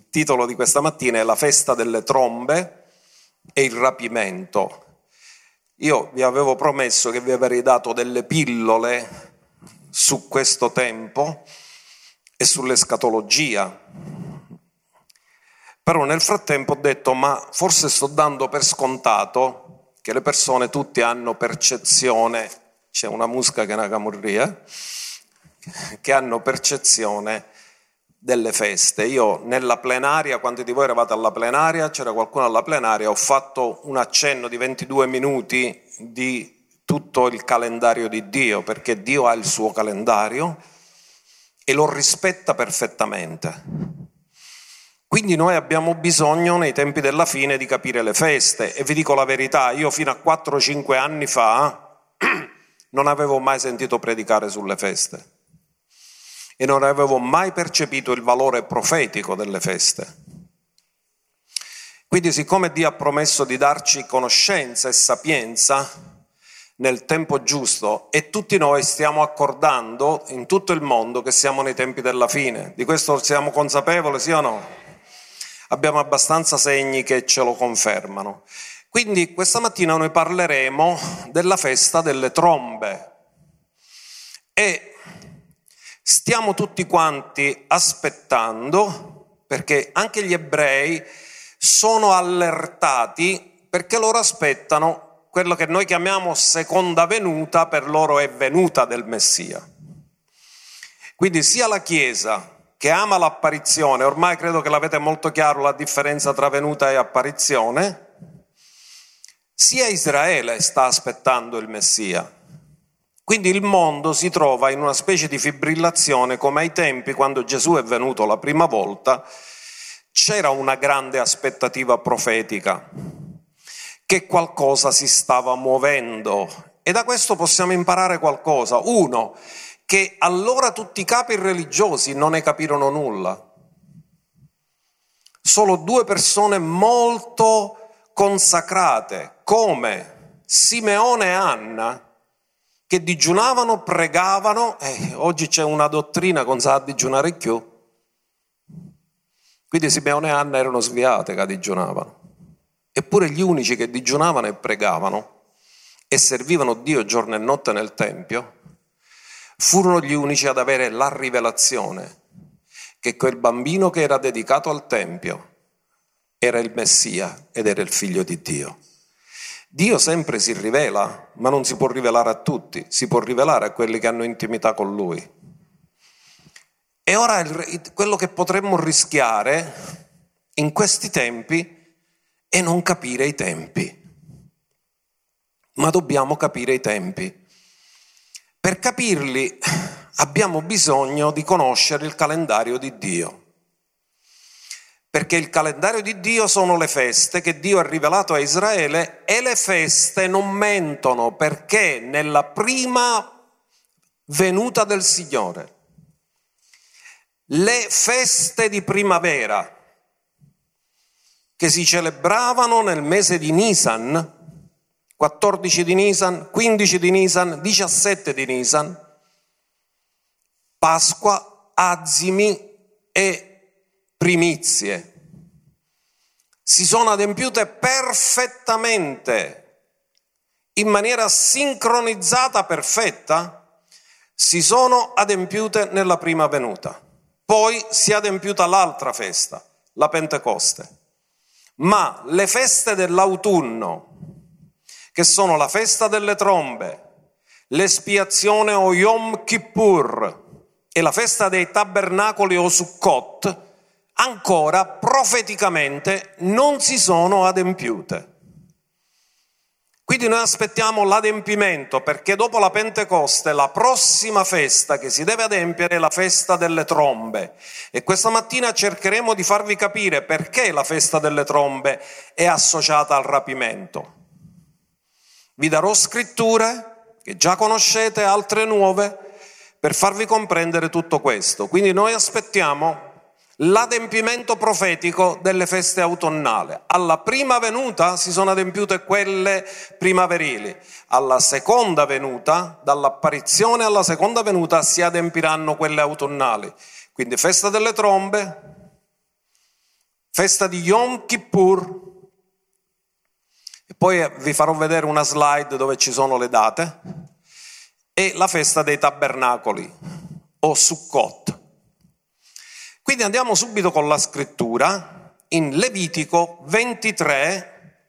Il titolo di questa mattina è La festa delle trombe e il rapimento. Io vi avevo promesso che vi avrei dato delle pillole su questo tempo e sull'escatologia. Però nel frattempo ho detto, ma forse sto dando per scontato che le persone tutte hanno percezione, c'è una musica che è una camurria, che hanno percezione delle feste. Io nella plenaria, quanti di voi eravate alla plenaria, c'era qualcuno alla plenaria, ho fatto un accenno di 22 minuti di tutto il calendario di Dio, perché Dio ha il suo calendario e lo rispetta perfettamente. Quindi noi abbiamo bisogno nei tempi della fine di capire le feste, e vi dico la verità, io fino a 4-5 anni fa non avevo mai sentito predicare sulle feste e non avevo mai percepito il valore profetico delle feste. Quindi siccome Dio ha promesso di darci conoscenza e sapienza nel tempo giusto, e tutti noi stiamo accordando in tutto il mondo che siamo nei tempi della fine, di questo siamo consapevoli, sì o no? Abbiamo abbastanza segni che ce lo confermano. Quindi questa mattina noi parleremo della festa delle trombe e stiamo tutti quanti aspettando, perché anche gli ebrei sono allertati, perché loro aspettano quello che noi chiamiamo seconda venuta, per loro è venuta del Messia. Quindi sia la Chiesa che ama l'apparizione, ormai credo che l'avete molto chiaro la differenza tra venuta e apparizione, sia Israele sta aspettando il Messia. Quindi il mondo si trova in una specie di fibrillazione, come ai tempi quando Gesù è venuto la prima volta, c'era una grande aspettativa profetica, che qualcosa si stava muovendo. E da questo possiamo imparare qualcosa. Uno, che allora tutti i capi religiosi non ne capirono nulla. Solo 2 persone molto consacrate, come Simeone e Anna, che digiunavano, pregavano, oggi c'è una dottrina con sa digiunare più. Quindi Simeone e Anna erano sviate che digiunavano. Eppure gli unici che digiunavano e pregavano e servivano Dio giorno e notte nel Tempio, furono gli unici ad avere la rivelazione che quel bambino che era dedicato al Tempio era il Messia ed era il Figlio di Dio. Dio sempre si rivela, ma non si può rivelare a tutti, si può rivelare a quelli che hanno intimità con Lui. E ora quello che potremmo rischiare in questi tempi è non capire i tempi. Ma dobbiamo capire i tempi. Per capirli abbiamo bisogno di conoscere il calendario di Dio. Perché il calendario di Dio sono le feste che Dio ha rivelato a Israele, e le feste non mentono, perché nella prima venuta del Signore, le feste di primavera che si celebravano nel mese di Nisan, 14 di Nisan, 15 di Nisan, 17 di Nisan, Pasqua, Azimi e primizie, si sono adempiute perfettamente, in maniera sincronizzata perfetta, si sono adempiute nella prima venuta. Poi si è adempiuta l'altra festa, la Pentecoste. Ma le feste dell'autunno, che sono la festa delle trombe, l'espiazione o Yom Kippur e la festa dei tabernacoli o Sukkot, ancora profeticamente non si sono adempiute. Quindi noi aspettiamo l'adempimento, perché dopo la Pentecoste la prossima festa che si deve adempiere è la festa delle trombe. E questa mattina cercheremo di farvi capire perché la festa delle trombe è associata al rapimento. Vi darò scritture che già conoscete, altre nuove, per farvi comprendere tutto questo. Quindi noi aspettiamo l'adempimento profetico delle feste autunnali. Alla prima venuta si sono adempiute quelle primaverili, alla seconda venuta, dall'apparizione alla seconda venuta, si adempiranno quelle autunnali. Quindi festa delle trombe, festa di Yom Kippur, e poi vi farò vedere una slide dove ci sono le date, e la festa dei tabernacoli o Sukkot. Quindi andiamo subito con la scrittura in Levitico 23,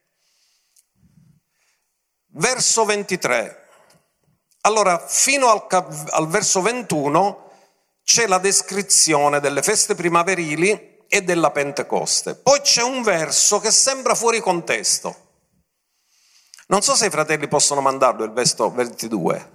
verso 23. Allora, fino al verso 21 c'è la descrizione delle feste primaverili e della Pentecoste. Poi c'è un verso che sembra fuori contesto. Non so se i fratelli possono mandarlo, il verso 22.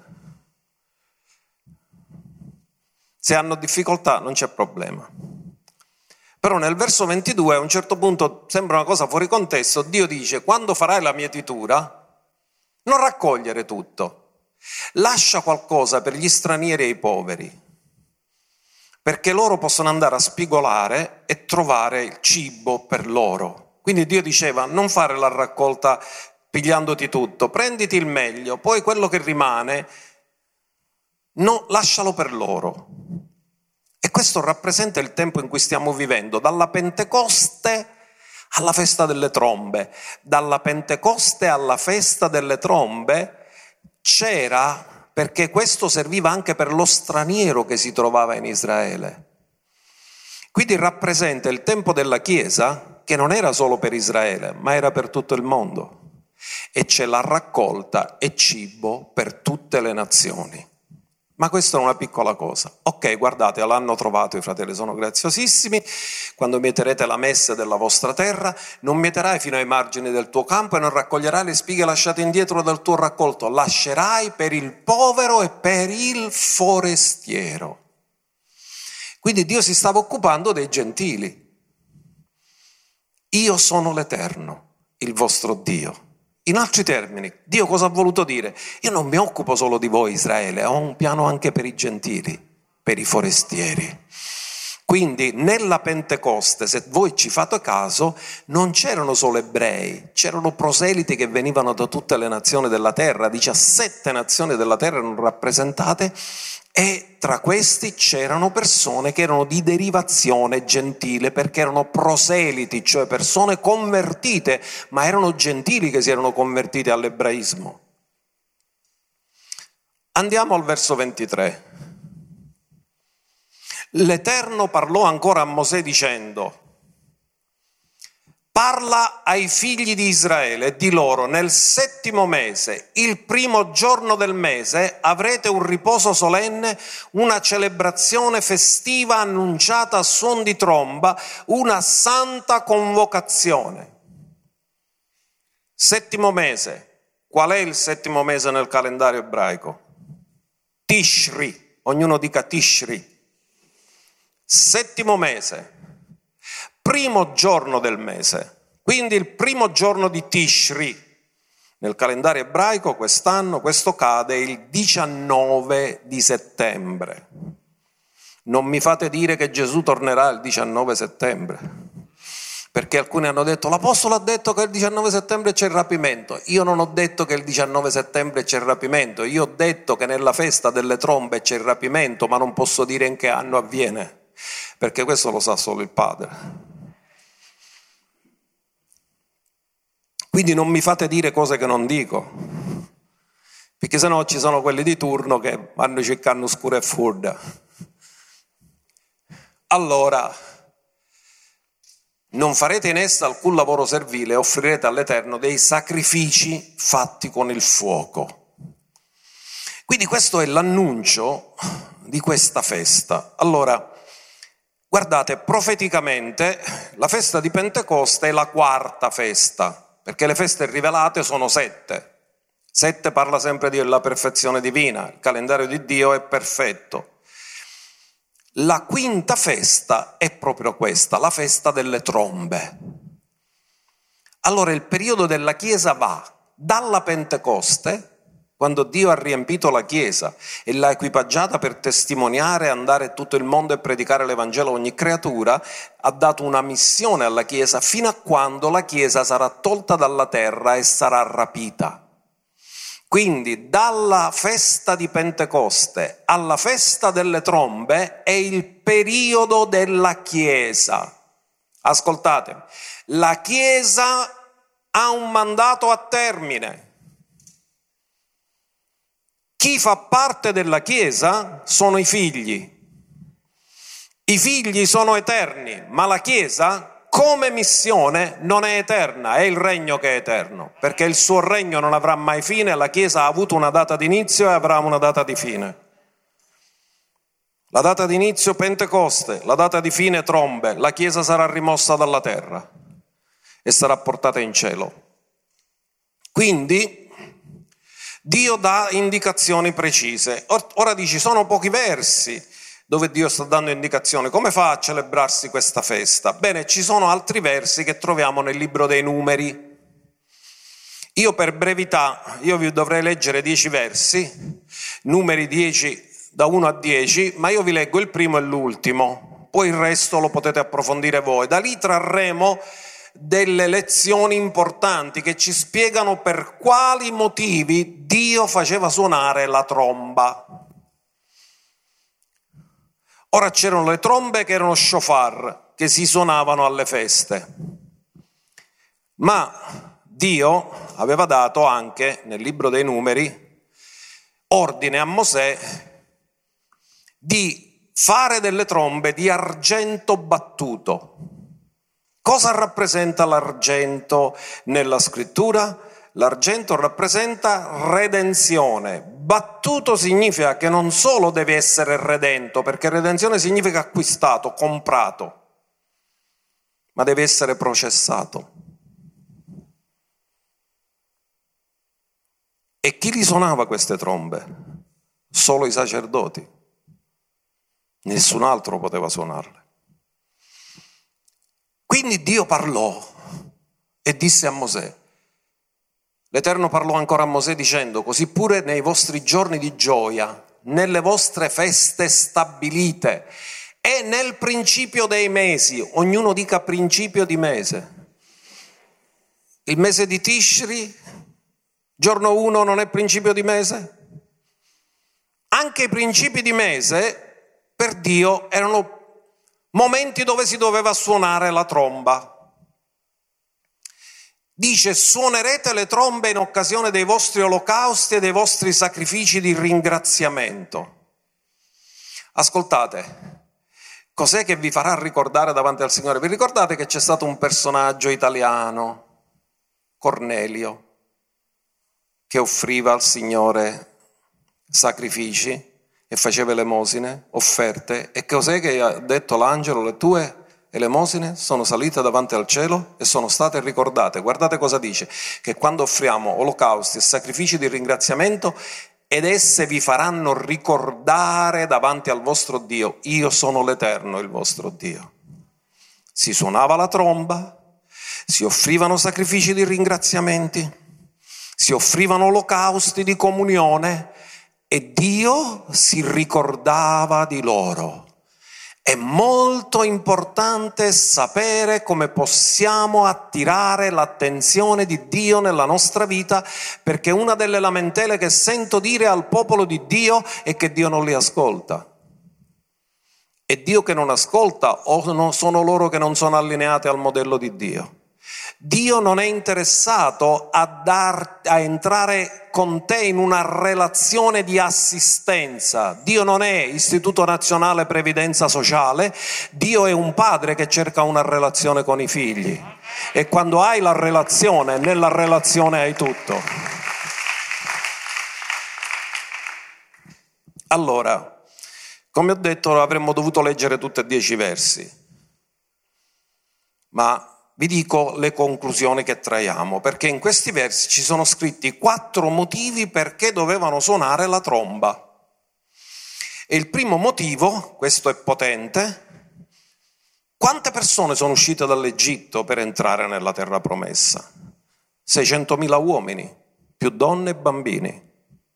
Se hanno difficoltà non c'è problema. Però nel verso 22 a un certo punto sembra una cosa fuori contesto. Dio dice: quando farai la mietitura, non raccogliere tutto, lascia qualcosa per gli stranieri e i poveri, perché loro possono andare a spigolare e trovare il cibo per loro. Quindi Dio diceva: non fare la raccolta pigliandoti tutto, prenditi il meglio, poi quello che rimane no, lascialo per loro. E questo rappresenta il tempo in cui stiamo vivendo, dalla Pentecoste alla festa delle trombe. Dalla Pentecoste alla festa delle trombe c'era, perché questo serviva anche per lo straniero che si trovava in Israele. Quindi rappresenta il tempo della Chiesa, che non era solo per Israele, ma era per tutto il mondo. E c'è la raccolta e cibo per tutte le nazioni. Ma questa è una piccola cosa. Ok, guardate, l'hanno trovato, i fratelli sono graziosissimi. Quando mieterete la messe della vostra terra, non mieterai fino ai margini del tuo campo e non raccoglierai le spighe lasciate indietro dal tuo raccolto. Lascerai per il povero e per il forestiero. Quindi Dio si stava occupando dei gentili. Io sono l'Eterno, il vostro Dio. In altri termini, Dio cosa ha voluto dire? Io non mi occupo solo di voi, Israele, ho un piano anche per i gentili, per i forestieri. Quindi nella Pentecoste, se voi ci fate caso, non c'erano solo ebrei, c'erano proseliti che venivano da tutte le nazioni della terra, 17 nazioni della terra erano rappresentate, e tra questi c'erano persone che erano di derivazione gentile, perché erano proseliti, cioè persone convertite, ma erano gentili che si erano convertiti all'ebraismo. Andiamo al verso 23. L'Eterno parlò ancora a Mosè dicendo: parla ai figli di Israele e di loro: nel 7° mese, il 1° giorno del mese, avrete un riposo solenne, una celebrazione festiva annunciata a suon di tromba, una santa convocazione. 7° mese. Qual è il 7° mese nel calendario ebraico? Tishri. Ognuno dica Tishri. 7° mese. 1° giorno del mese, quindi il 1° giorno di Tishri. Nel calendario ebraico quest'anno questo cade il 19 di settembre. Non mi fate dire che Gesù tornerà il 19 settembre, perché alcuni hanno detto: l'Apostolo ha detto che il 19 settembre c'è il rapimento. Io non ho detto che il 19 settembre c'è il rapimento, io ho detto che nella festa delle trombe c'è il rapimento, ma non posso dire in che anno avviene, perché questo lo sa solo il Padre. Quindi non mi fate dire cose che non dico, perché sennò ci sono quelli di turno che vanno cercando scura e furda. Allora, non farete in essa alcun lavoro servile, offrirete all'Eterno dei sacrifici fatti con il fuoco. Quindi questo è l'annuncio di questa festa. Allora, guardate, profeticamente la festa di Pentecoste è la 4ª festa, perché le feste rivelate sono 7. 7 parla sempre della perfezione divina, il calendario di Dio è perfetto. La 5ª festa è proprio questa, la festa delle trombe. Allora il periodo della Chiesa va dalla Pentecoste, quando Dio ha riempito la Chiesa e l'ha equipaggiata per testimoniare, andare in tutto il mondo e predicare l'Evangelo a ogni creatura, ha dato una missione alla Chiesa fino a quando la Chiesa sarà tolta dalla terra e sarà rapita. Quindi dalla festa di Pentecoste alla festa delle trombe è il periodo della Chiesa. Ascoltatemi, la Chiesa ha un mandato a termine. Chi fa parte della Chiesa sono i figli. I figli sono eterni, ma la Chiesa come missione non è eterna, è il regno che è eterno, perché il suo regno non avrà mai fine, la Chiesa ha avuto una data di inizio e avrà una data di fine. La data di inizio Pentecoste, la data di fine trombe, la Chiesa sarà rimossa dalla terra e sarà portata in cielo. Quindi Dio dà indicazioni precise. Ora dici, sono pochi versi dove Dio sta dando indicazioni. Come fa a celebrarsi questa festa? Bene, ci sono altri versi che troviamo nel libro dei Numeri. Io per brevità, vi dovrei leggere 10 versi, Numeri 10 da 1 a 10, ma io vi leggo il primo e l'ultimo, poi il resto lo potete approfondire voi. Da lì trarremo delle lezioni importanti che ci spiegano per quali motivi Dio faceva suonare la tromba. Ora c'erano le trombe che erano shofar, che si suonavano alle feste, ma Dio aveva dato anche nel libro dei Numeri ordine a Mosè di fare delle trombe di argento battuto. Cosa rappresenta l'argento nella scrittura? L'argento rappresenta redenzione. Battuto significa che non solo deve essere redento, perché redenzione significa acquistato, comprato, ma deve essere processato. E chi li suonava queste trombe? Solo i sacerdoti. Nessun altro poteva suonarle. Quindi Dio parlò e disse a Mosè, l'Eterno parlò ancora a Mosè dicendo, così pure nei vostri giorni di gioia, nelle vostre feste stabilite e nel principio dei mesi, ognuno dica principio di mese. Il mese di Tishri, giorno 1 non è principio di mese? Anche i principi di mese per Dio erano momenti dove si doveva suonare la tromba. Dice, suonerete le trombe in occasione dei vostri olocausti e dei vostri sacrifici di ringraziamento. Ascoltate, cos'è che vi farà ricordare davanti al Signore? Vi ricordate che c'è stato un personaggio italiano, Cornelio, che offriva al Signore sacrifici e faceva elemosine, offerte, e cos'è che ha detto l'angelo? Le tue elemosine sono salite davanti al cielo e sono state ricordate. Guardate cosa dice, che quando offriamo olocausti e sacrifici di ringraziamento, ed esse vi faranno ricordare davanti al vostro Dio, io sono l'Eterno, il vostro Dio. Si suonava la tromba, si offrivano sacrifici di ringraziamenti, si offrivano olocausti di comunione, e Dio si ricordava di loro. È molto importante sapere come possiamo attirare l'attenzione di Dio nella nostra vita, perché una delle lamentele che sento dire al popolo di Dio è che Dio non li ascolta. E Dio che non ascolta o sono loro che non sono allineati al modello di Dio. Dio non è interessato a entrare con te in una relazione di assistenza. Dio non è Istituto Nazionale Previdenza Sociale. Dio è un padre che cerca una relazione con i figli. E quando hai la relazione, nella relazione hai tutto. Allora, come ho detto, avremmo dovuto leggere tutti e 10 versi. Ma vi dico le conclusioni che traiamo, perché in questi versi ci sono scritti 4 motivi perché dovevano suonare la tromba. E il primo motivo, questo è potente, quante persone sono uscite dall'Egitto per entrare nella terra promessa? 600.000 uomini, più donne e bambini.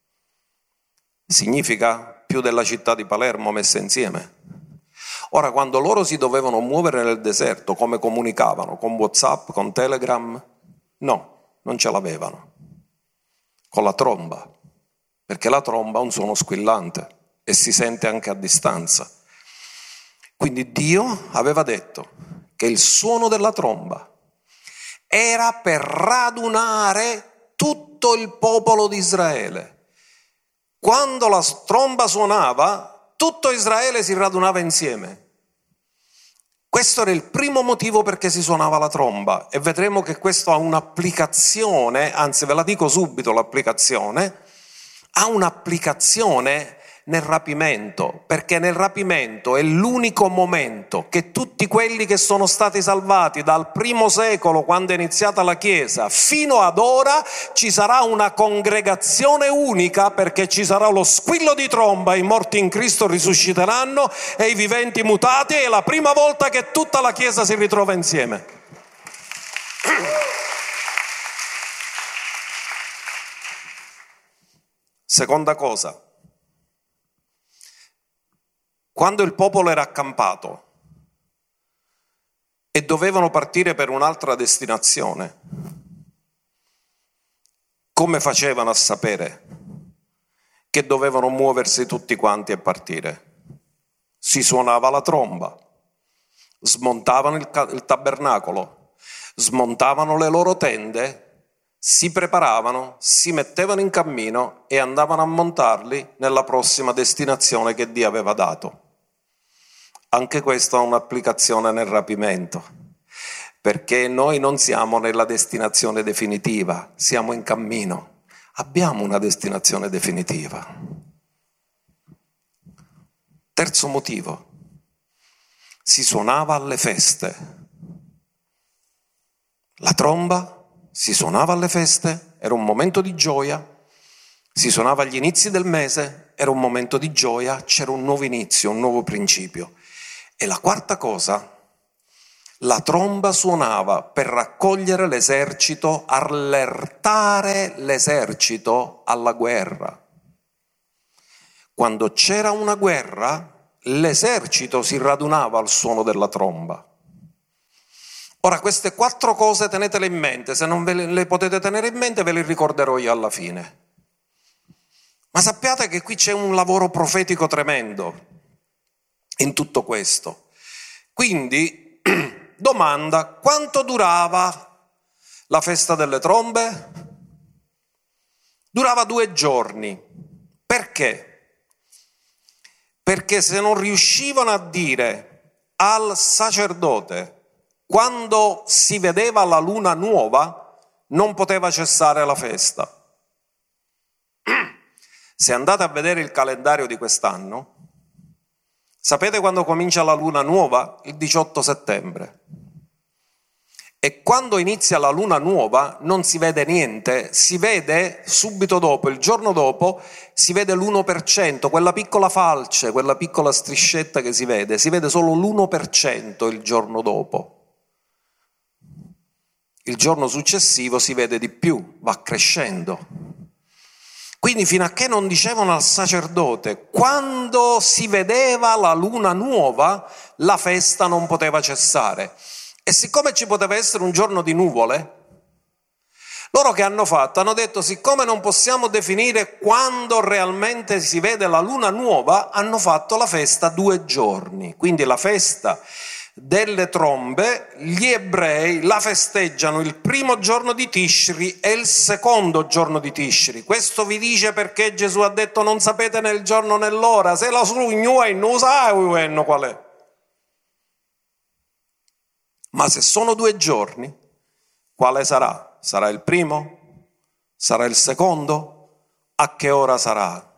Significa più della città di Palermo messa insieme. Ora, quando loro si dovevano muovere nel deserto, come comunicavano? Con WhatsApp, con Telegram? No, non ce l'avevano. Con la tromba, perché la tromba ha un suono squillante e si sente anche a distanza. Quindi Dio aveva detto che il suono della tromba era per radunare tutto il popolo di Israele. Quando la tromba suonava, tutto Israele si radunava insieme. Questo era il primo motivo perché si suonava la tromba, e vedremo che questo ha un'applicazione, anzi ve la dico subito l'applicazione, ha un'applicazione nel rapimento, perché nel rapimento è l'unico momento che tutti quelli che sono stati salvati dal primo secolo, quando è iniziata la Chiesa, fino ad ora ci sarà una congregazione unica, perché ci sarà lo squillo di tromba, i morti in Cristo risusciteranno e i viventi mutati, è la prima volta che tutta la Chiesa si ritrova insieme. Seconda cosa. Quando il popolo era accampato e dovevano partire per un'altra destinazione, come facevano a sapere che dovevano muoversi tutti quanti e partire? Si suonava la tromba, smontavano il tabernacolo, smontavano le loro tende, si preparavano, si mettevano in cammino e andavano a montarli nella prossima destinazione che Dio aveva dato. Anche questo ha un'applicazione nel rapimento, perché noi non siamo nella destinazione definitiva, siamo in cammino, abbiamo una destinazione definitiva. Terzo motivo, si suonava alle feste. La tromba si suonava alle feste, era un momento di gioia, si suonava agli inizi del mese, era un momento di gioia, c'era un nuovo inizio, un nuovo principio. E la quarta cosa, la tromba suonava per raccogliere l'esercito, allertare l'esercito alla guerra. Quando c'era una guerra, l'esercito si radunava al suono della tromba. Ora, queste quattro cose tenetele in mente, se non ve le potete tenere in mente ve le ricorderò io alla fine. Ma sappiate che qui c'è un lavoro profetico tremendo in tutto questo. Quindi, domanda, quanto durava la festa delle trombe? Durava 2 giorni. Perché? Perché se non riuscivano a dire al sacerdote quando si vedeva la luna nuova, non poteva cessare la festa. Se andate a vedere il calendario di quest'anno, sapete quando comincia la luna nuova? Il 18 settembre. E quando inizia la luna nuova non si vede niente, si vede subito dopo, il giorno dopo, si vede l'1%, quella piccola falce, quella piccola striscetta che si vede solo l'1% il giorno dopo. Il giorno successivo si vede di più, va crescendo. Quindi fino a che non dicevano al sacerdote quando si vedeva la luna nuova, la festa non poteva cessare. E siccome ci poteva essere un giorno di nuvole, loro che hanno fatto? Hanno detto, siccome non possiamo definire quando realmente si vede la luna nuova, hanno fatto la festa 2 giorni. Quindi la festa delle trombe, gli ebrei la festeggiano il primo giorno di Tishri e il secondo giorno di Tishri. Questo vi dice perché Gesù ha detto non sapete né il giorno né l'ora, se la non sai qual è. Ma se sono 2 giorni, quale sarà? Sarà il primo? Sarà il secondo? A che ora sarà?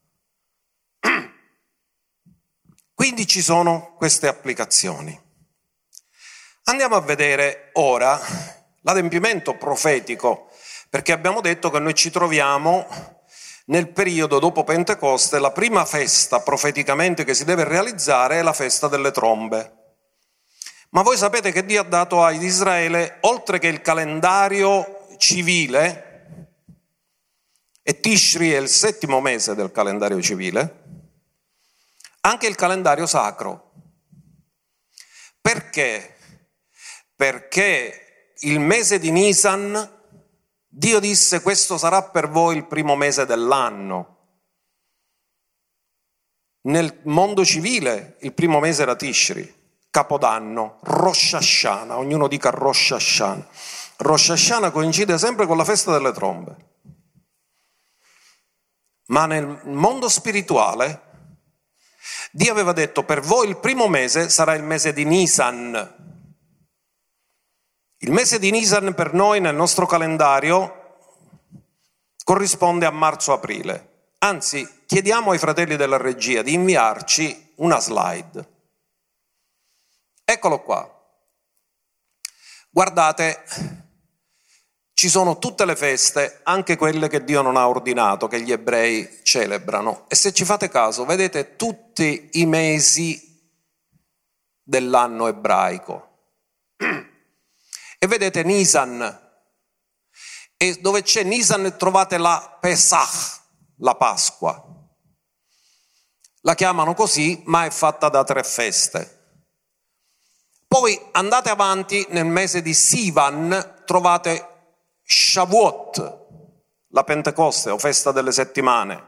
Quindi ci sono queste applicazioni. Andiamo a vedere ora l'adempimento profetico, perché abbiamo detto che noi ci troviamo nel periodo dopo Pentecoste, la prima festa profeticamente che si deve realizzare è la festa delle trombe. Ma voi sapete che Dio ha dato ad Israele, oltre che il calendario civile, e Tishri è il 7° mese del calendario civile, anche il calendario sacro. Perché? Perché il mese di Nisan, Dio disse questo sarà per voi il primo mese dell'anno. Nel mondo civile il primo mese era Tishri, Capodanno, Rosh Hashanah, ognuno dica Rosh Hashanah. Rosh Hashanah coincide sempre con la festa delle trombe. Ma nel mondo spirituale Dio aveva detto: per voi il primo mese sarà il mese di Nisan. Il mese di Nisan per noi nel nostro calendario corrisponde a marzo-aprile. Anzi, chiediamo ai fratelli della regia di inviarci una slide. Eccolo qua. Guardate, ci sono tutte le feste, anche quelle che Dio non ha ordinato, che gli ebrei celebrano. E se ci fate caso, vedete tutti i mesi dell'anno ebraico. E vedete Nisan. E dove c'è Nisan trovate la Pesach, la Pasqua. La chiamano così, ma è fatta da 3 feste. Poi andate avanti, nel mese di Sivan trovate Shavuot, la Pentecoste o festa delle settimane.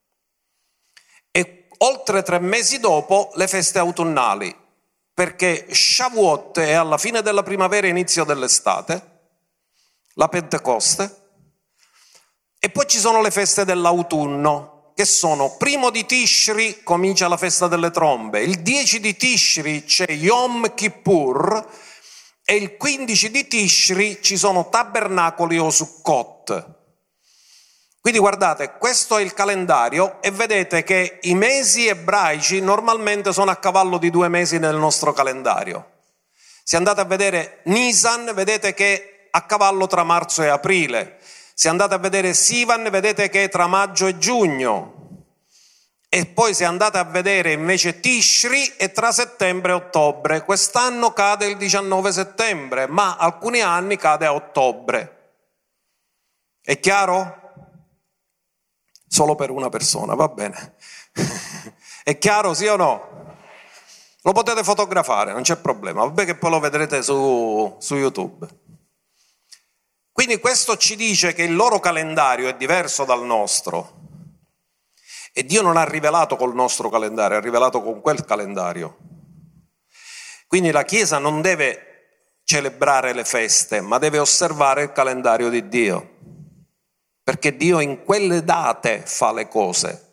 E oltre 3 mesi dopo le feste autunnali, perché Shavuot è alla fine della primavera e inizio dell'estate, la Pentecoste, e poi ci sono le feste dell'autunno, che sono primo di Tishri, comincia la festa delle trombe, il 10 di Tishri c'è Yom Kippur e il 15 di Tishri ci sono Tabernacoli o Sukkot. Quindi guardate, questo è il calendario e vedete che i mesi ebraici normalmente sono a cavallo di 2 mesi nel nostro calendario. Se andate a vedere Nisan, vedete che è a cavallo tra marzo e aprile. Se andate a vedere Sivan, vedete che è tra maggio e giugno. E poi se andate a vedere invece Tishri è tra settembre e ottobre. Quest'anno cade il 19 settembre, ma alcuni anni cade a ottobre. È chiaro? Solo per una persona, va bene. È chiaro, sì o no? Lo potete fotografare, non c'è problema. Vabbè che poi lo vedrete su YouTube. Quindi questo ci dice che il loro calendario è diverso dal nostro. E Dio non ha rivelato col nostro calendario, ha rivelato con quel calendario. Quindi la Chiesa non deve celebrare le feste, ma deve osservare il calendario di Dio. Perché Dio in quelle date fa le cose.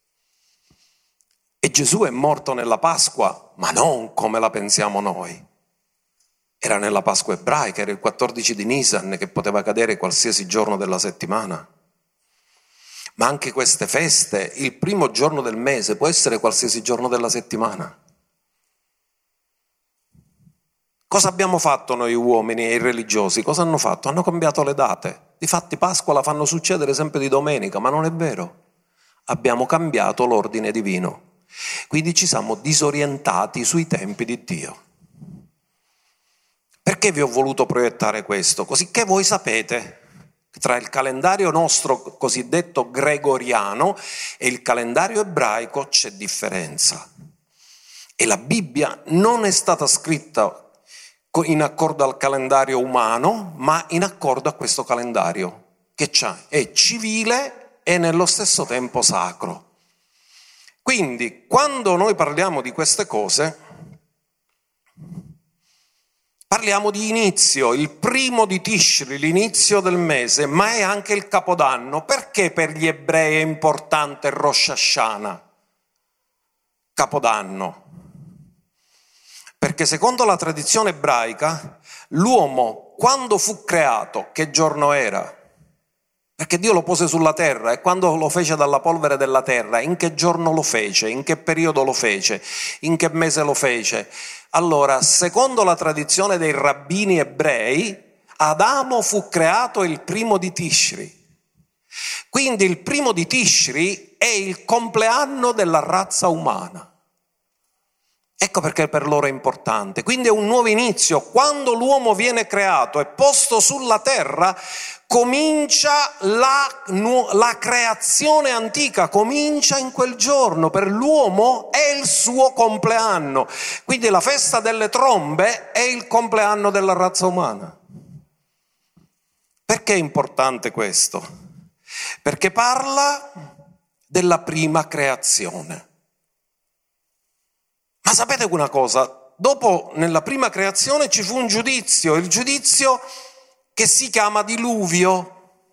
E Gesù è morto nella Pasqua, ma non come la pensiamo noi. Era nella Pasqua ebraica, era il 14 di Nisan, che poteva cadere qualsiasi giorno della settimana. Ma anche queste feste, il primo giorno del mese può essere qualsiasi giorno della settimana. Cosa abbiamo fatto noi uomini e i religiosi? Cosa hanno fatto? Hanno cambiato le date. Difatti Pasqua la fanno succedere sempre di domenica, ma non è vero. Abbiamo cambiato l'ordine divino. Quindi ci siamo disorientati sui tempi di Dio. Perché vi ho voluto proiettare questo? Così che voi sapete che tra il calendario nostro cosiddetto gregoriano e il calendario ebraico c'è differenza. E la Bibbia non è stata scritta in accordo al calendario umano, ma in accordo a questo calendario, che è civile e nello stesso tempo sacro. Quindi, quando noi parliamo di queste cose, parliamo di inizio, il primo di Tishri, l'inizio del mese, ma è anche il Capodanno. Perché per gli ebrei è importante Rosh Hashanah, Capodanno? Perché secondo la tradizione ebraica, l'uomo quando fu creato, che giorno era? Perché Dio lo pose sulla terra e quando lo fece dalla polvere della terra, in che giorno lo fece? In che periodo lo fece? In che mese lo fece? Allora, secondo la tradizione dei rabbini ebrei, Adamo fu creato il primo di Tishri. Quindi il primo di Tishri è il compleanno della razza umana. Ecco perché per loro è importante. Quindi è un nuovo inizio. Quando l'uomo viene creato e posto sulla terra, comincia la creazione antica, comincia in quel giorno. Per l'uomo è il suo compleanno. Quindi la festa delle trombe è il compleanno della razza umana. Perché è importante questo? Perché parla della prima creazione. Ma sapete una cosa? dopo nella prima creazione ci fu un giudizio, il giudizio che si chiama diluvio.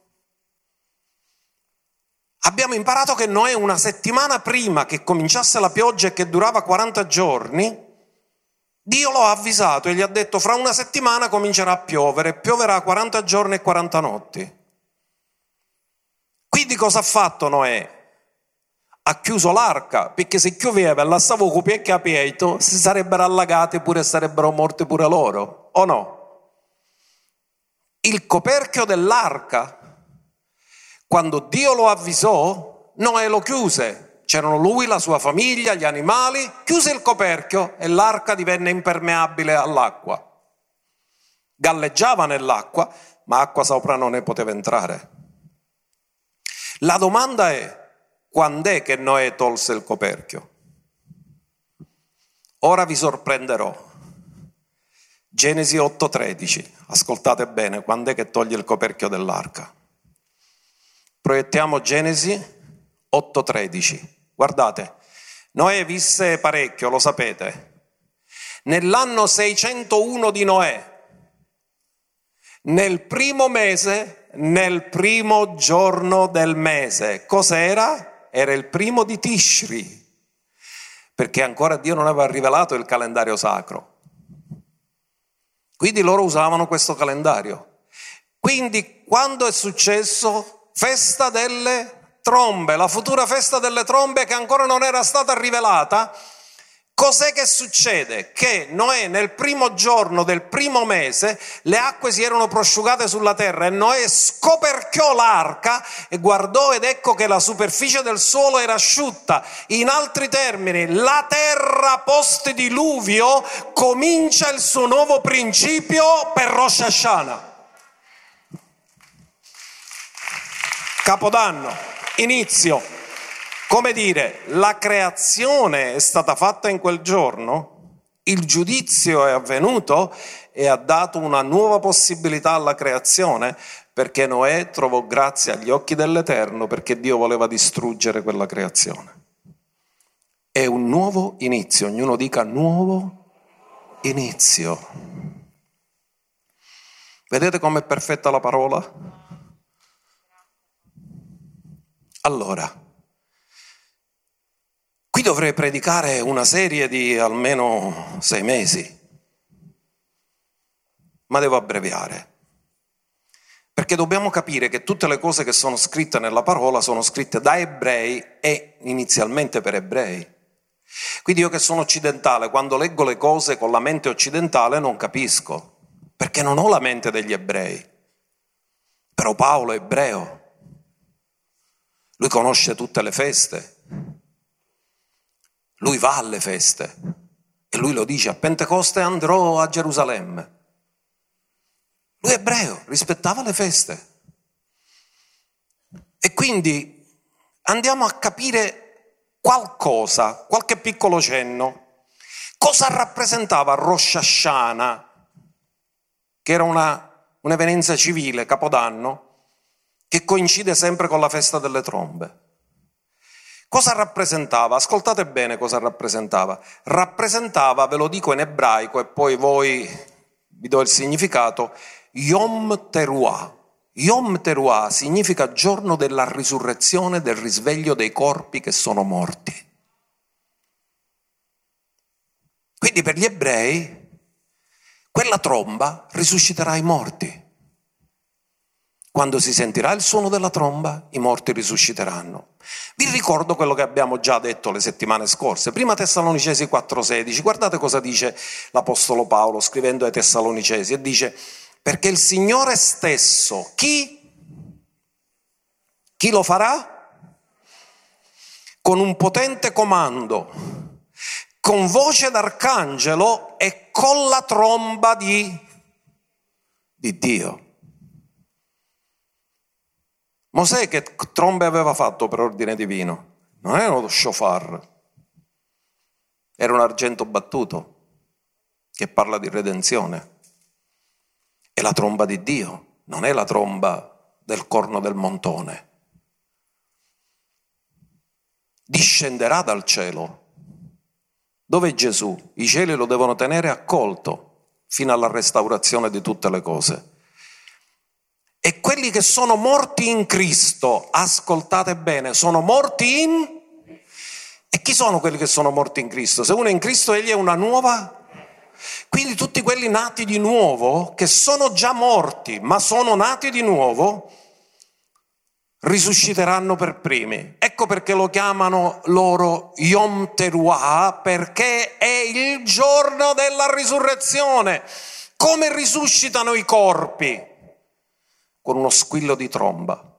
Abbiamo imparato che Noè una settimana prima che cominciasse la pioggia e che durava 40 giorni, Dio lo ha avvisato e gli ha detto: fra una settimana comincerà a piovere, pioverà 40 giorni e 40 notti. Quindi cosa ha fatto Noè? Ha chiuso l'arca, perché se pioveva e la stavo con i piedi aperti, si sarebbero allagati pure, sarebbero morti pure loro, o no? Il coperchio dell'arca, quando Dio lo avvisò, Noè lo chiuse. C'erano lui, la sua famiglia, gli animali, chiuse il coperchio e l'arca divenne impermeabile all'acqua. Galleggiava nell'acqua, ma acqua sopra non ne poteva entrare. La domanda è: quando è che Noè tolse il coperchio? Ora vi sorprenderò. Genesi 8,13. Ascoltate bene, quando è che toglie il coperchio dell'arca? Proiettiamo Genesi 8,13. Guardate, Noè visse parecchio, lo sapete. Nell'anno 601 di Noè, nel primo mese, nel primo giorno del mese, cos'era? Era il primo di Tishri, perché ancora Dio non aveva rivelato il calendario sacro. Quindi loro usavano questo calendario. Quindi quando è successo? Festa delle trombe, la futura festa delle trombe che ancora non era stata rivelata. Cos'è che succede? Che Noè nel primo giorno del primo mese le acque si erano prosciugate sulla terra e Noè scoperchiò l'arca e guardò ed ecco che la superficie del suolo era asciutta. In altri termini, la terra post diluvio comincia il suo nuovo principio per Rosh Hashanah. Capodanno, inizio, come dire, la creazione è stata fatta in quel giorno, il giudizio è avvenuto e ha dato una nuova possibilità alla creazione, perché Noè trovò grazia agli occhi dell'Eterno, perché Dio voleva distruggere quella creazione. È un nuovo inizio, ognuno dica nuovo inizio. Vedete com'è perfetta la parola? Allora, qui dovrei predicare una serie di almeno 6 mesi, ma devo abbreviare, perché dobbiamo capire che tutte le cose che sono scritte nella parola sono scritte da ebrei e inizialmente per ebrei. Quindi io che sono occidentale, quando leggo le cose con la mente occidentale non capisco, perché non ho la mente degli ebrei. Però Paolo è ebreo. Lui conosce tutte le feste, lui va alle feste e lui lo dice: a Pentecoste andrò a Gerusalemme. Lui è ebreo, rispettava le feste. E quindi andiamo a capire qualcosa, qualche piccolo cenno. Cosa rappresentava Rosh Hashanah, che era un'evenienza civile, Capodanno, che coincide sempre con la festa delle trombe? Cosa rappresentava? Ascoltate bene cosa rappresentava. Rappresentava, ve lo dico in ebraico e poi voi vi do il significato, Yom Teruah. Yom Teruah significa giorno della risurrezione, del risveglio dei corpi che sono morti. Quindi per gli ebrei quella tromba risusciterà i morti. Quando si sentirà il suono della tromba, i morti risusciteranno. Vi ricordo quello che abbiamo già detto le settimane scorse. Prima Tessalonicesi 4,16. Guardate cosa dice l'Apostolo Paolo scrivendo ai Tessalonicesi. E dice: perché il Signore stesso, chi lo farà? Con un potente comando, con voce d'arcangelo e con la tromba di Dio. Mosè che trombe aveva fatto per ordine divino? Non era uno shofar, era un argento battuto che parla di redenzione. È la tromba di Dio, non è la tromba del corno del montone. Discenderà dal cielo Dove è Gesù? I cieli lo devono tenere accolto fino alla restaurazione di tutte le cose. E quelli che sono morti in Cristo, ascoltate bene, sono morti in... E chi sono quelli che sono morti in Cristo? Se uno è in Cristo, egli è una nuova... Quindi tutti quelli nati di nuovo, che sono già morti, ma sono nati di nuovo, risusciteranno per primi. Ecco perché lo chiamano loro Yom Teruah, perché è il giorno della risurrezione. Come risuscitano i corpi? Con uno squillo di tromba.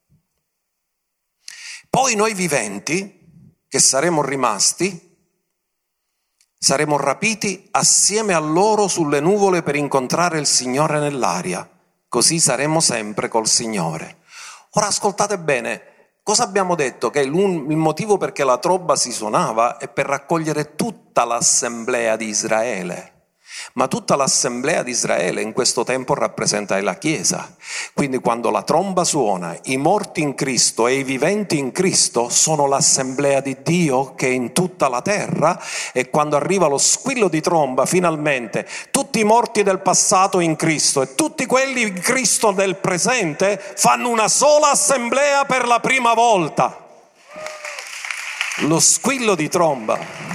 Poi noi viventi, che saremo rimasti, saremo rapiti assieme a loro sulle nuvole per incontrare il Signore nell'aria. Così saremo sempre col Signore. Ora ascoltate bene, cosa abbiamo detto? Che il motivo perché la tromba si suonava è per raccogliere tutta l'assemblea di Israele. Ma tutta l'assemblea di Israele in questo tempo rappresenta la Chiesa. Quindi quando la tromba suona, i morti in Cristo e i viventi in Cristo sono l'assemblea di Dio che è in tutta la terra, e quando arriva lo squillo di tromba, finalmente tutti i morti del passato in Cristo e tutti quelli in Cristo del presente fanno una sola assemblea per la prima volta. Lo squillo di tromba.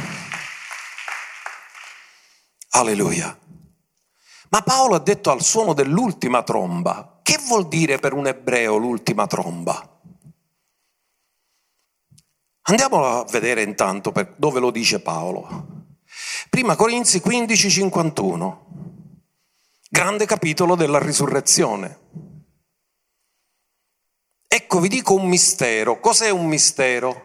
Alleluia. Ma Paolo ha detto al suono dell'ultima tromba. Che vuol dire per un ebreo l'ultima tromba? Andiamo a vedere intanto dove lo dice Paolo. Prima Corinzi 15:51. Grande capitolo della risurrezione. Ecco, vi dico un mistero. Cos'è un mistero?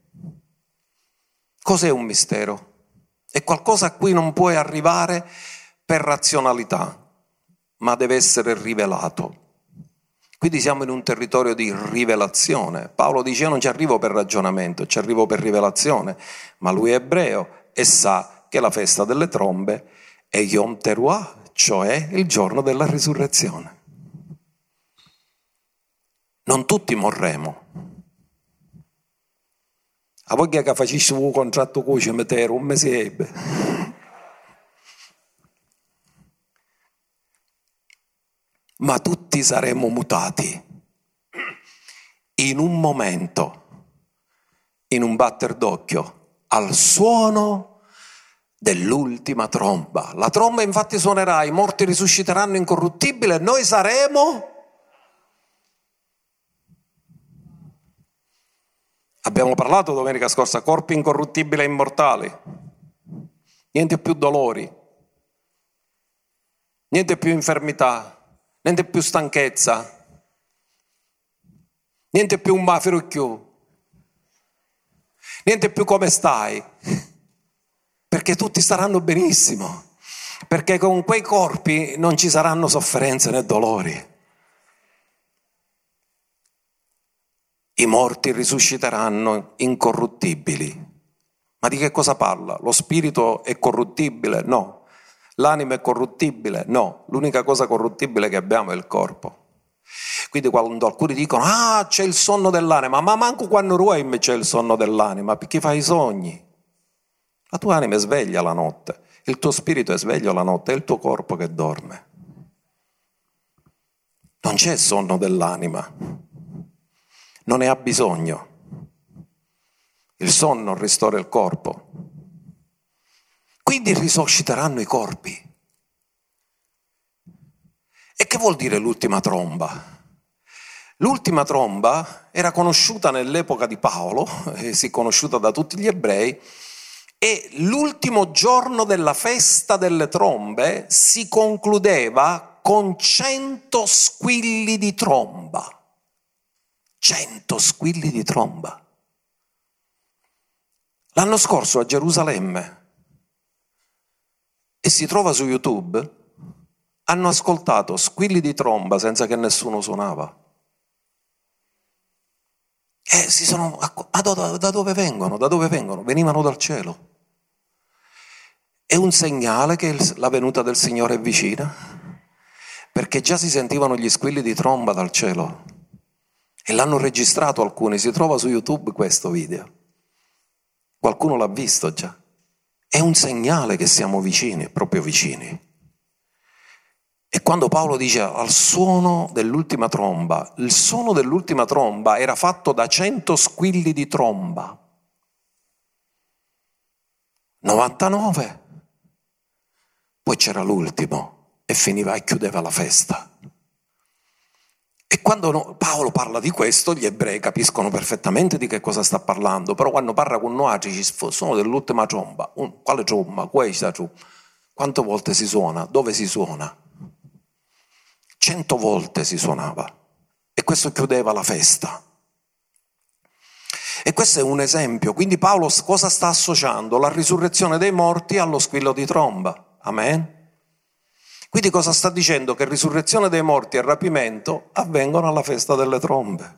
Cos'è un mistero? È qualcosa a cui non puoi arrivare per razionalità, ma deve essere rivelato. Quindi siamo in un territorio di rivelazione. Paolo dice: io non ci arrivo per ragionamento, ci arrivo per rivelazione. Ma lui è ebreo e sa che la festa delle trombe è Yom Teruah, cioè il giorno della risurrezione. Non tutti morremo. A voi che facessi un contratto con il cimitero, un mese ebbe. Ma tutti saremo mutati in un momento, in un batter d'occhio, al suono dell'ultima tromba. La tromba infatti suonerà, i morti risusciteranno incorruttibili e noi saremo... Abbiamo parlato domenica scorsa, corpi incorruttibili e immortali. Niente più dolori, niente più infermità, niente più stanchezza, niente più un mafirucchiù, niente più come stai, perché tutti staranno benissimo, perché con quei corpi non ci saranno sofferenze né dolori. I morti risusciteranno incorruttibili. Ma di che cosa parla? Lo spirito è corruttibile? No. L'anima è corruttibile? No. L'unica cosa corruttibile che abbiamo è il corpo. Quindi quando alcuni dicono: ah, c'è il sonno dell'anima, ma manco quando ruoi c'è il sonno dell'anima, perché fai i sogni. La tua anima è sveglia la notte, il tuo spirito è sveglio la notte, è il tuo corpo che dorme. Non c'è sonno dell'anima. Non ne ha bisogno. Il sonno ristora il corpo. Quindi risusciteranno i corpi. E che vuol dire l'ultima tromba? L'ultima tromba era conosciuta nell'epoca di Paolo, si è conosciuta da tutti gli ebrei, e l'ultimo giorno della festa delle trombe si concludeva con 100 squilli di tromba. 100 squilli di tromba. L'anno scorso a Gerusalemme, e si trova su YouTube, hanno ascoltato squilli di tromba senza che nessuno suonava. E si sono... Da dove vengono? Da dove vengono? Venivano dal cielo. È un segnale che la venuta del Signore è vicina, perché già si sentivano gli squilli di tromba dal cielo. E l'hanno registrato alcuni, si trova su YouTube questo video. Qualcuno l'ha visto già. è un segnale che siamo vicini, proprio vicini. E quando Paolo dice al suono dell'ultima tromba, il suono dell'ultima tromba era fatto da 100 squilli di tromba. 99. Poi c'era l'ultimo e finiva e chiudeva la festa. E quando Paolo parla di questo, gli ebrei capiscono perfettamente di che cosa sta parlando, però quando parla con noi ci sono dell'ultima tromba. Quale tromba? Questa tromba. Quante volte si suona? Dove si suona? 100 volte si suonava e questo chiudeva la festa. E questo è un esempio. Quindi Paolo cosa sta associando? La risurrezione dei morti allo squillo di tromba. Amen? Quindi cosa sta dicendo? Che risurrezione dei morti e rapimento avvengono alla festa delle trombe.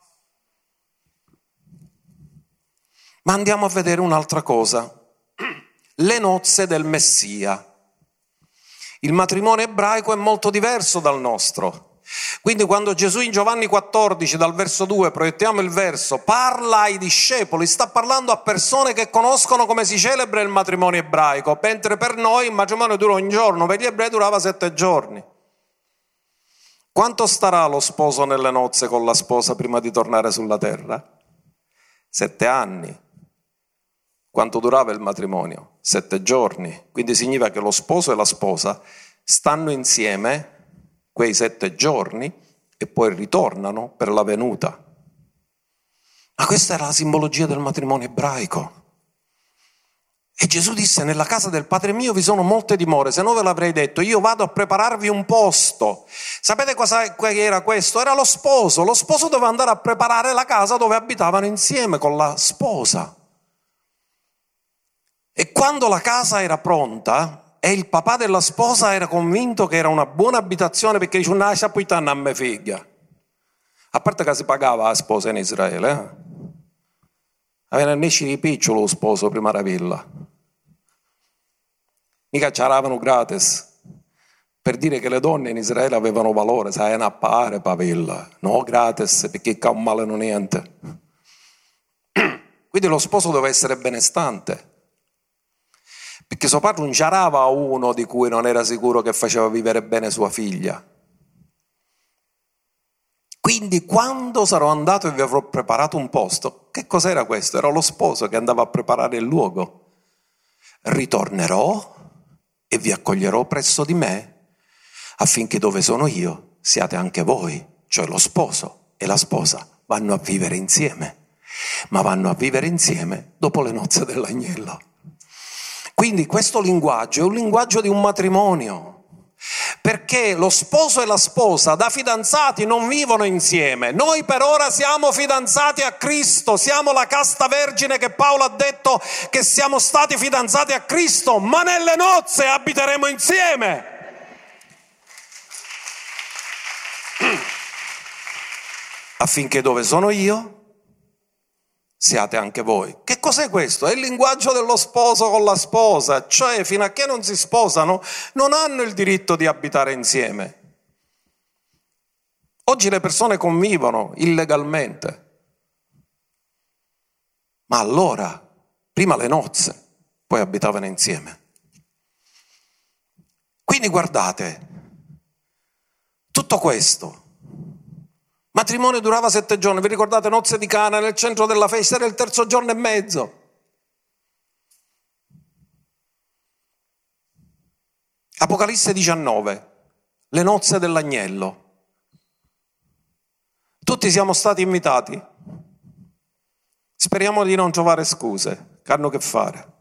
Ma andiamo a vedere un'altra cosa. Le nozze del Messia. Il matrimonio ebraico è molto diverso dal nostro. Quindi quando Gesù in Giovanni 14, dal verso 2, proiettiamo il verso, parla ai discepoli, sta parlando a persone che conoscono come si celebra il matrimonio ebraico, mentre per noi il matrimonio dura un giorno, per gli ebrei durava 7 giorni. Quanto starà lo sposo nelle nozze con la sposa prima di tornare sulla terra? 7 anni. Quanto durava il matrimonio? 7 giorni. Quindi significa che lo sposo e la sposa stanno insieme quei 7 giorni e poi ritornano per la venuta. Ma questa era la simbologia del matrimonio ebraico. E Gesù disse: nella casa del Padre mio vi sono molte dimore, se no ve l'avrei detto, io vado a prepararvi un posto. Sapete cosa era questo? Era lo sposo doveva andare a preparare la casa dove abitavano insieme con la sposa. E quando la casa era pronta e il papà della sposa era convinto che era una buona abitazione, perché dice: non c'è poi a mia figlia. A parte che si pagava la sposa in Israele, aveva nesci di piccolo lo sposo prima della villa. Mica c'eravano gratis. Per dire che le donne in Israele avevano valore, sai, a pagare per villa. No, gratis, perché non malano niente. Quindi lo sposo doveva essere benestante. Perché suo padre non c'erava uno di cui non era sicuro che faceva vivere bene sua figlia. Quindi quando sarò andato e vi avrò preparato un posto, che cos'era questo? Era lo sposo che andava a preparare il luogo. Ritornerò e vi accoglierò presso di me, affinché dove sono io siate anche voi, cioè lo sposo e la sposa vanno a vivere insieme, ma vanno a vivere insieme dopo le nozze dell'agnello. Quindi questo linguaggio è un linguaggio di un matrimonio, perché lo sposo e la sposa da fidanzati non vivono insieme. Noi per ora siamo fidanzati a Cristo, siamo la casta vergine che Paolo ha detto che siamo stati fidanzati a Cristo, ma nelle nozze abiteremo insieme. Affinché dove sono io siate anche voi. Che cos'è questo? È il linguaggio dello sposo con la sposa, cioè fino a che non si sposano non hanno il diritto di abitare insieme. Oggi le persone convivono illegalmente, ma allora, prima le nozze, poi abitavano insieme. Quindi guardate, tutto questo, matrimonio durava 7 giorni, vi ricordate nozze di Cana, nel centro della festa era il 3° giorno e mezzo. Apocalisse 19, le nozze dell'agnello. Tutti siamo stati invitati. Speriamo di non trovare scuse, che hanno che fare.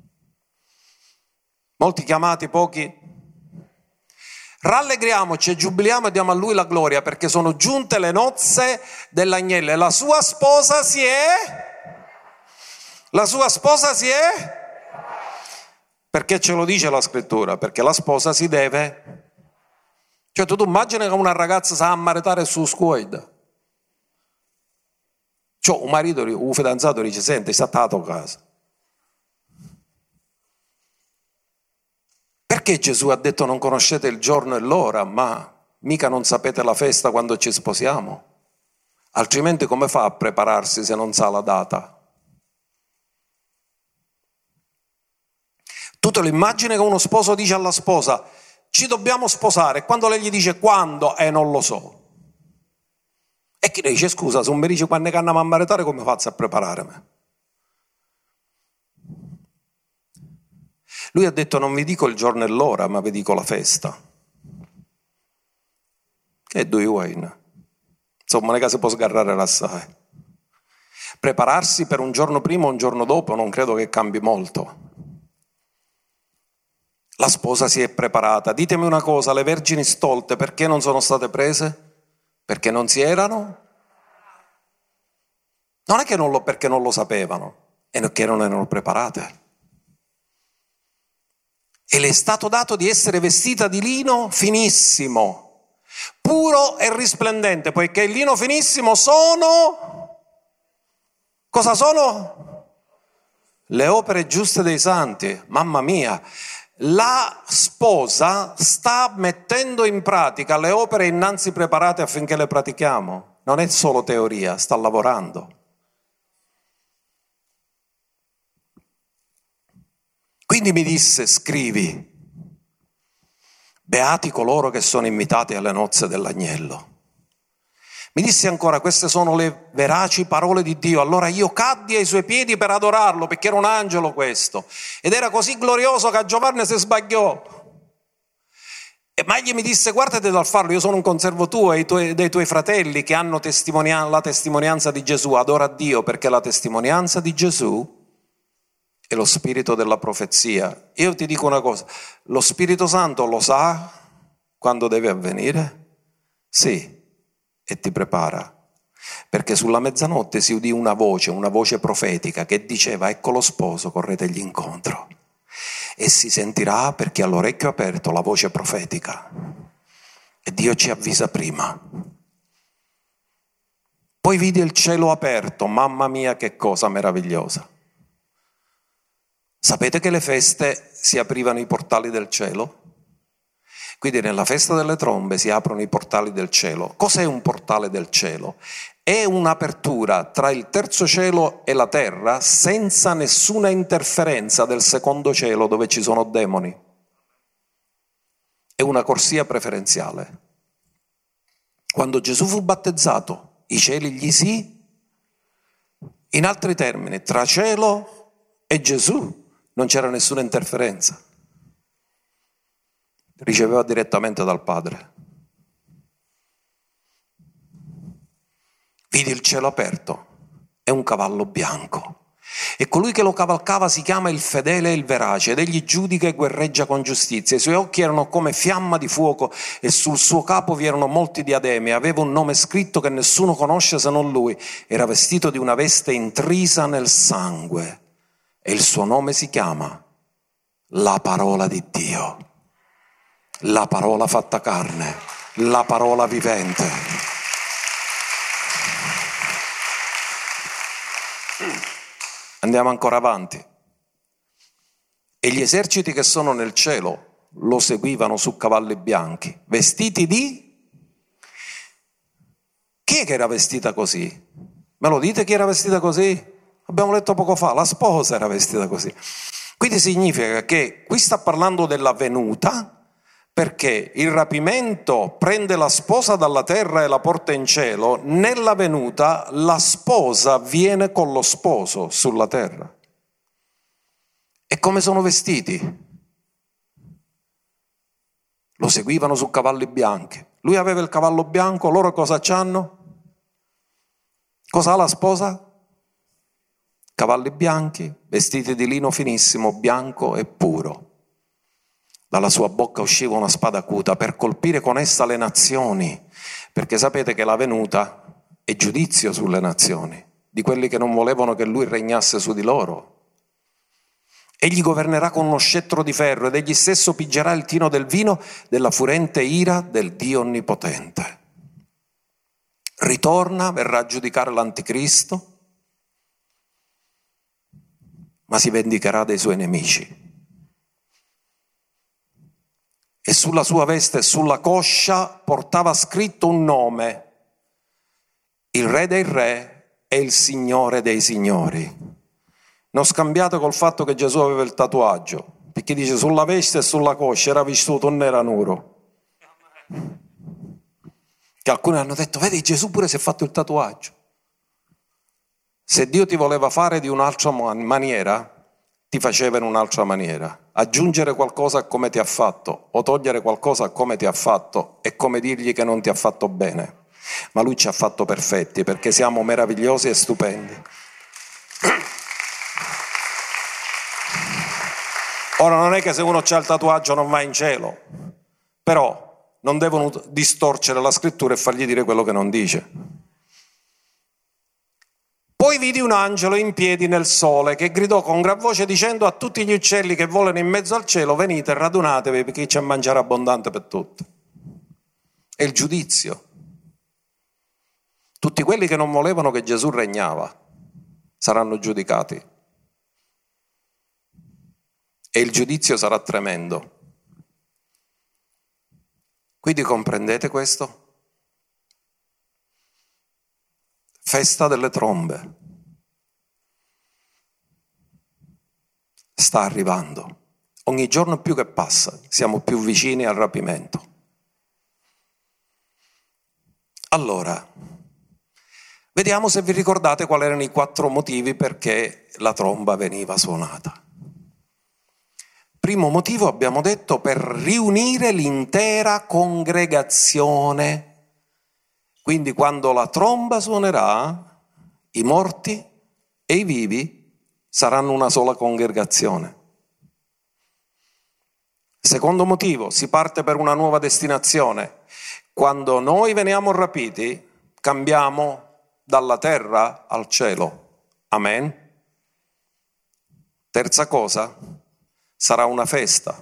Molti chiamati, pochi. Rallegriamoci e giubiliamo e diamo a Lui la gloria, perché sono giunte le nozze dell'agnello e la sua sposa si è? La sua sposa si è? Perché ce lo dice la scrittura? Perché la sposa si deve? Cioè tu immagini che una ragazza sa ammaretare su scuola. Cioè un marito, un fidanzato dice: senti, sta a tua casa. Perché Gesù ha detto non conoscete il giorno e l'ora, ma mica non sapete la festa quando ci sposiamo? Altrimenti come fa a prepararsi se non sa la data? Tu te lo immagini che uno sposo dice alla sposa: ci dobbiamo sposare, e quando lei gli dice quando? Non lo so. E chi le dice: scusa, se non mi dice quando è che andiamo a maritare, come faccio a prepararmi? Lui ha detto: non vi dico il giorno e l'ora, ma vi dico la festa. Che do you wine? Insomma, non è che si può sgarrare l'assai. Prepararsi per un giorno prima o un giorno dopo non credo che cambi molto. La sposa si è preparata. Ditemi una cosa: le vergini stolte perché non sono state prese? Perché non si erano? Non è che perché non lo sapevano, è che non erano preparate. E le è stato dato di essere vestita di lino finissimo, puro e risplendente, poiché il lino finissimo sono... Cosa sono? Le opere giuste dei santi. Mamma mia! La sposa sta mettendo in pratica le opere innanzi preparate affinché le pratichiamo. Non è solo teoria, sta lavorando. Quindi mi disse: scrivi, beati coloro che sono invitati alle nozze dell'agnello. Mi disse ancora: queste sono le veraci parole di Dio. Allora io caddi ai suoi piedi per adorarlo, perché era un angelo questo, ed era così glorioso che a Giovanni si sbagliò. Ma egli mi disse: guardate dal farlo, io sono un conservo tuo e dei tuoi fratelli che hanno la testimonianza di Gesù. Adora Dio, perché la testimonianza di Gesù è lo spirito della profezia. Io ti dico una cosa: lo Spirito Santo lo sa quando deve avvenire? Sì. E ti prepara, perché sulla mezzanotte si udì una voce profetica che diceva: ecco lo sposo, corretegli incontro. E si sentirà, perché ha l'orecchio aperto, la voce profetica, e Dio ci avvisa prima. Poi vidi il cielo aperto. Mamma mia, che cosa meravigliosa! Sapete che le feste si aprivano i portali del cielo? Quindi nella festa delle trombe si aprono i portali del cielo. Cos'è un portale del cielo? È un'apertura tra il terzo cielo e la terra senza nessuna interferenza del secondo cielo, dove ci sono demoni. È una corsia preferenziale. Quando Gesù fu battezzato, i cieli gli si... In altri termini, tra cielo e Gesù non c'era nessuna interferenza. Riceveva direttamente dal Padre. Vidi il cielo aperto e un cavallo bianco, e colui che lo cavalcava si chiama il fedele e il verace, ed egli giudica e guerreggia con giustizia. I suoi occhi erano come fiamma di fuoco e sul suo capo vi erano molti diademi. Aveva un nome scritto che nessuno conosce se non lui. Era vestito di una veste intrisa nel sangue, e il suo nome si chiama la parola di Dio. La parola fatta carne, la parola vivente. Andiamo ancora avanti. E gli eserciti che sono nel cielo lo seguivano su cavalli bianchi, vestiti di... Chi è che era vestita così? Me lo dite chi era vestita così? Abbiamo letto poco fa, la sposa era vestita così. Quindi significa che qui sta parlando della venuta, perché il rapimento prende la sposa dalla terra e la porta in cielo. Nella venuta la sposa viene con lo sposo sulla terra. E come sono vestiti? Lo seguivano su cavalli bianchi. Lui aveva il cavallo bianco, loro cosa c'hanno? Cosa ha la sposa? Cavalli bianchi, vestiti di lino finissimo, bianco e puro. Dalla sua bocca usciva una spada acuta per colpire con essa le nazioni, perché sapete che la venuta è giudizio sulle nazioni, di quelli che non volevano che lui regnasse su di loro. Egli governerà con uno scettro di ferro, ed egli stesso pigerà il tino del vino della furente ira del Dio Onnipotente. Ritorna, verrà a giudicare l'Anticristo, ma si vendicherà dei suoi nemici. E sulla sua veste e sulla coscia portava scritto un nome: il Re dei Re e il Signore dei Signori. Non scambiate col fatto che Gesù aveva il tatuaggio, perché dice sulla veste e sulla coscia era vissuto un nero nero. Che alcuni hanno detto, vedi Gesù pure si è fatto il tatuaggio. Se Dio ti voleva fare di un'altra maniera, ti faceva in un'altra maniera. Aggiungere qualcosa a come ti ha fatto o togliere qualcosa a come ti ha fatto è come dirgli che non ti ha fatto bene. Ma Lui ci ha fatto perfetti perché siamo meravigliosi e stupendi. Ora non è che se uno ha il tatuaggio non va in cielo, però non devono distorcere la scrittura e fargli dire quello che non dice. Poi vidi un angelo in piedi nel sole che gridò con gran voce dicendo a tutti gli uccelli che volano in mezzo al cielo, venite e radunatevi perché c'è mangiare abbondante per tutti. È il giudizio. Tutti quelli che non volevano che Gesù regnava saranno giudicati. E il giudizio sarà tremendo. Quindi comprendete questo? Festa delle trombe. Sta arrivando. Ogni giorno più che passa, siamo più vicini al rapimento. Allora, vediamo se vi ricordate quali erano i 4 motivi perché la tromba veniva suonata. Primo motivo, abbiamo detto, per riunire l'intera congregazione. Quindi quando la tromba suonerà, i morti e i vivi saranno una sola congregazione. Secondo motivo, si parte per una nuova destinazione. Quando noi veniamo rapiti, cambiamo dalla terra al cielo. Amen. Terza cosa, sarà una festa.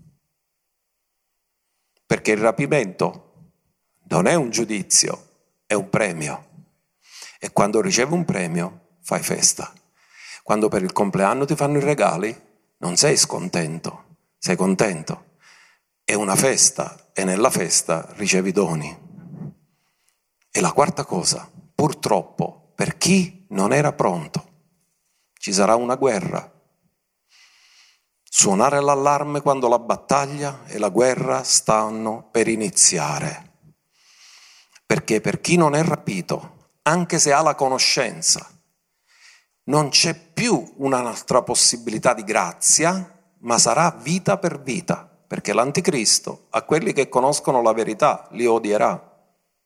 Perché il rapimento non è un giudizio, è un premio. E quando ricevi un premio, fai festa. Quando per il compleanno ti fanno i regali, non sei scontento, sei contento. È una festa e nella festa ricevi doni. E la quarta cosa, purtroppo, per chi non era pronto, ci sarà una guerra. Suonare l'allarme quando la battaglia e la guerra stanno per iniziare. Perché per chi non è rapito, anche se ha la conoscenza, non c'è più un'altra possibilità di grazia, ma sarà vita per vita, perché l'anticristo a quelli che conoscono la verità li odierà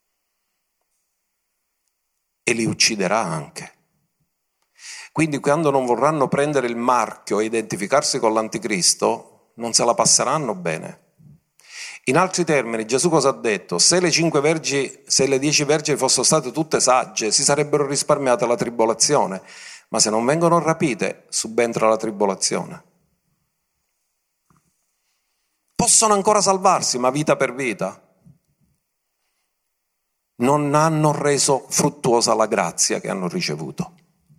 e li ucciderà anche. Quindi quando non vorranno prendere il marchio e identificarsi con l'anticristo, non se la passeranno bene. In altri termini, Gesù cosa ha detto? Se le 10 vergini fossero state tutte sagge, si sarebbero risparmiate la tribolazione, ma se non vengono rapite, subentra la tribolazione. Possono ancora salvarsi, ma vita per vita. Non hanno reso fruttuosa la grazia che hanno ricevuto.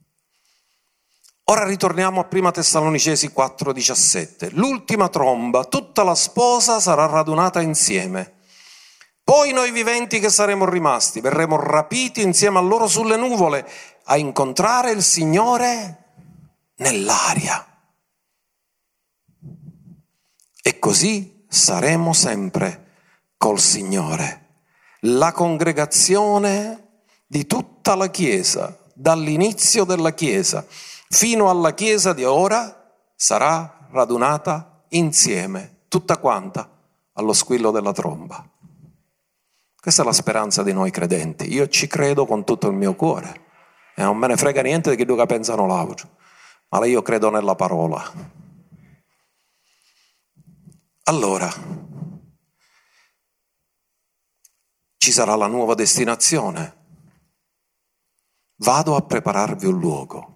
Ora ritorniamo a 1 Tessalonicesi 4,17. L'ultima tromba, tutta la sposa sarà radunata insieme. Poi noi viventi che saremo rimasti, verremo rapiti insieme a loro sulle nuvole a incontrare il Signore nell'aria. E così saremo sempre col Signore. La congregazione di tutta la Chiesa, dall'inizio della Chiesa fino alla Chiesa di ora, sarà radunata insieme, tutta quanta, allo squillo della tromba. Questa è la speranza di noi credenti. Io ci credo con tutto il mio cuore. E non me ne frega niente di che pensano l'altro. Ma io credo nella parola. Allora, ci sarà la nuova destinazione. Vado a prepararvi un luogo.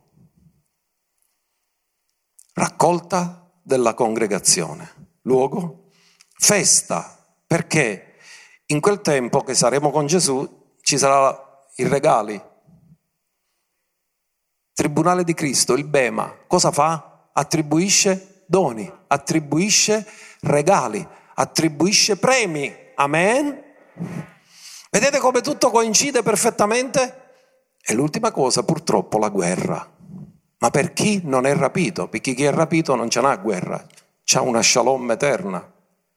Raccolta della congregazione. Luogo? Festa. Perché in quel tempo che saremo con Gesù ci sarà i regali. Tribunale di Cristo, il Bema, cosa fa? Attribuisce doni, attribuisce regali, attribuisce premi. Amen? Vedete come tutto coincide perfettamente? E l'ultima cosa, purtroppo, la guerra. Ma per chi non è rapito? Perché chi è rapito non ce n'ha guerra, c'ha una shalom eterna.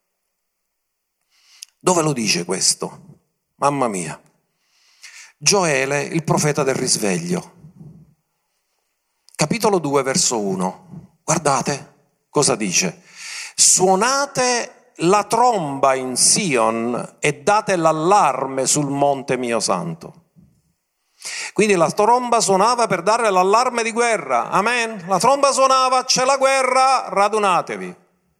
Dove lo dice questo? Mamma mia. Gioele, il profeta del risveglio. Capitolo 2, verso 1. Guardate cosa dice. Suonate la tromba in Sion e date l'allarme sul monte mio santo. Quindi la tromba suonava per dare l'allarme di guerra. Amen. La tromba suonava, c'è la guerra, radunatevi.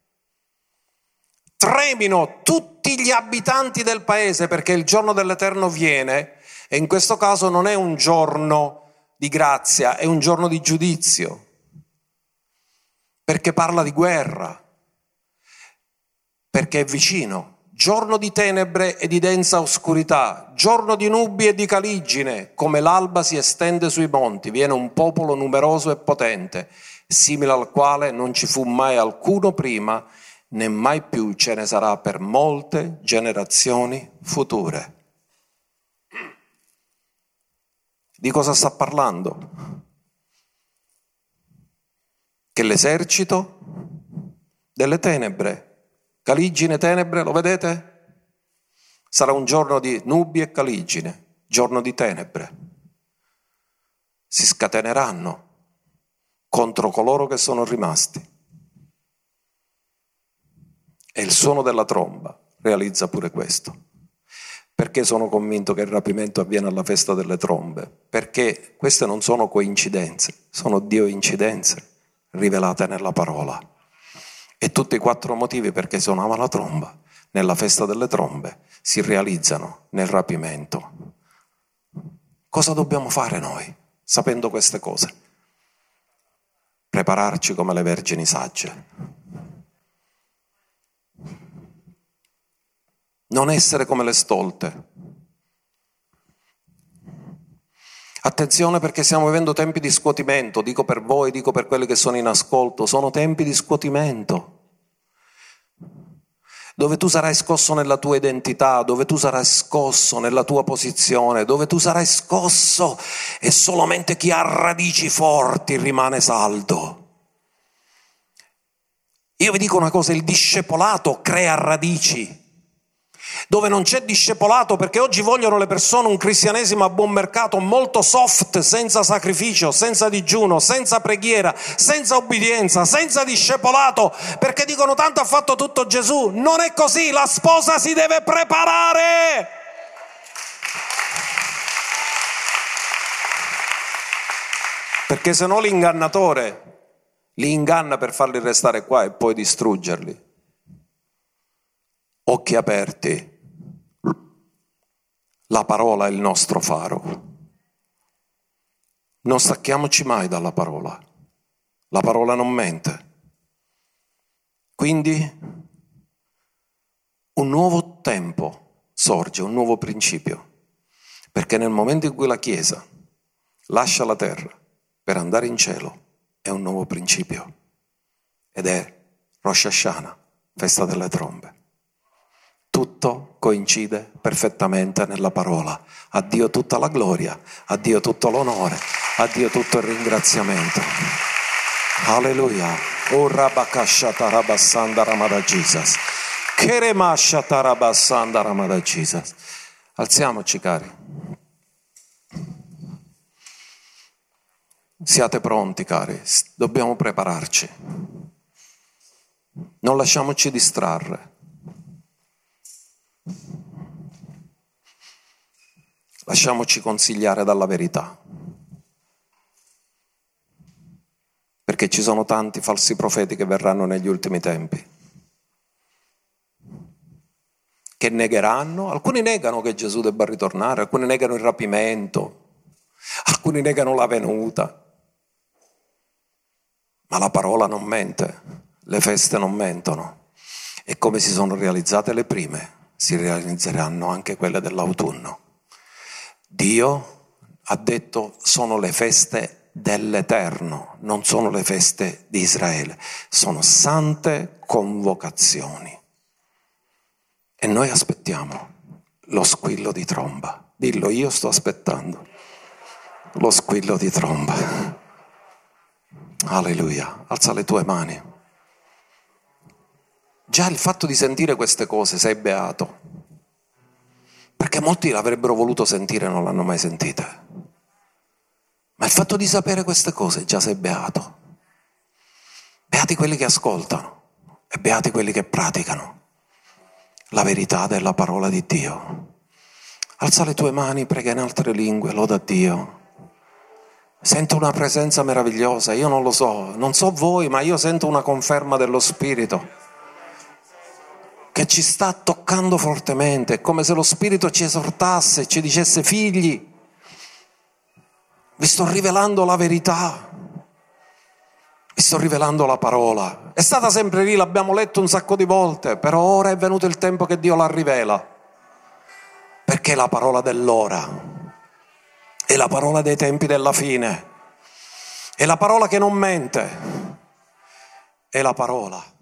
Tremino tutti gli abitanti del paese perché il giorno dell'Eterno viene e in questo caso non è un giorno di grazia, è un giorno di giudizio, perché parla di guerra, perché è vicino. Giorno di tenebre e di densa oscurità, giorno di nubi e di caligine, come l'alba si estende sui monti, viene un popolo numeroso e potente, simile al quale non ci fu mai alcuno prima, né mai più ce ne sarà per molte generazioni future. Di cosa sta parlando? Che l'esercito delle tenebre, caligine, tenebre, lo vedete? Sarà un giorno di nubi e caligine, giorno di tenebre. Si scateneranno contro coloro che sono rimasti. E il suono della tromba realizza pure questo. Perché sono convinto che il rapimento avviene alla festa delle trombe? Perché queste non sono coincidenze, sono Dio incidenze rivelate nella parola. E tutti i 4 motivi perché suonava la tromba nella festa delle trombe si realizzano nel rapimento. Cosa dobbiamo fare noi, sapendo queste cose? Prepararci come le vergini sagge. Non essere come le stolte. Attenzione perché stiamo vivendo tempi di scuotimento, dico per voi, dico per quelli che sono in ascolto, sono tempi di scuotimento, dove tu sarai scosso nella tua identità, dove tu sarai scosso nella tua posizione, dove tu sarai scosso e solamente chi ha radici forti rimane saldo. Io vi dico una cosa, il discepolato crea radici. Dove non c'è discepolato, perché oggi vogliono le persone un cristianesimo a buon mercato molto soft, senza sacrificio, senza digiuno, senza preghiera, senza obbedienza, senza discepolato, perché dicono tanto ha fatto tutto Gesù. Non è così, la sposa si deve preparare. Perché se no l'ingannatore li inganna per farli restare qua e poi distruggerli. Occhi aperti, la parola è il nostro faro. Non stacchiamoci mai dalla parola. La parola non mente. Quindi un nuovo tempo sorge, un nuovo principio. Perché nel momento in cui la Chiesa lascia la terra per andare in cielo, è un nuovo principio. Ed è Rosh Hashanah, festa delle trombe. Tutto coincide perfettamente nella parola. A Dio tutta la gloria, a Dio tutto l'onore, a Dio tutto il ringraziamento. Alleluia. O Rabakashata Rabassanda Ramada Jesus. Keremashata Rabassanda Ramada Jesus. Alziamoci, cari. Siate pronti, cari. Dobbiamo prepararci. Non lasciamoci distrarre. Lasciamoci consigliare dalla verità, perché ci sono tanti falsi profeti che verranno negli ultimi tempi, che negheranno, alcuni negano che Gesù debba ritornare, alcuni negano il rapimento, alcuni negano la venuta, ma la parola non mente, le feste non mentono, e come si sono realizzate le prime, si realizzeranno anche quelle dell'autunno. Dio ha detto sono le feste dell'Eterno, non sono le feste di Israele, sono sante convocazioni. E noi aspettiamo lo squillo di tromba. Dillo, io sto aspettando lo squillo di tromba. Alleluia, alza le tue mani. Già il fatto di sentire queste cose sei beato, perché molti l'avrebbero voluto sentire e non l'hanno mai sentita. Ma il fatto di sapere queste cose già sei beato. Beati quelli che ascoltano e beati quelli che praticano la verità della parola di Dio. Alza le tue mani, prega in altre lingue, loda Dio. Sento una presenza meravigliosa, io non lo so, non so voi, ma io sento una conferma dello Spirito che ci sta toccando fortemente. È come se lo Spirito ci esortasse, ci dicesse: figli, vi sto rivelando la verità, vi sto rivelando la parola. È stata sempre lì, l'abbiamo letto un sacco di volte, però ora è venuto il tempo che Dio la rivela, perché è la parola dell'ora, è la parola dei tempi della fine, è la parola che non mente, è la parola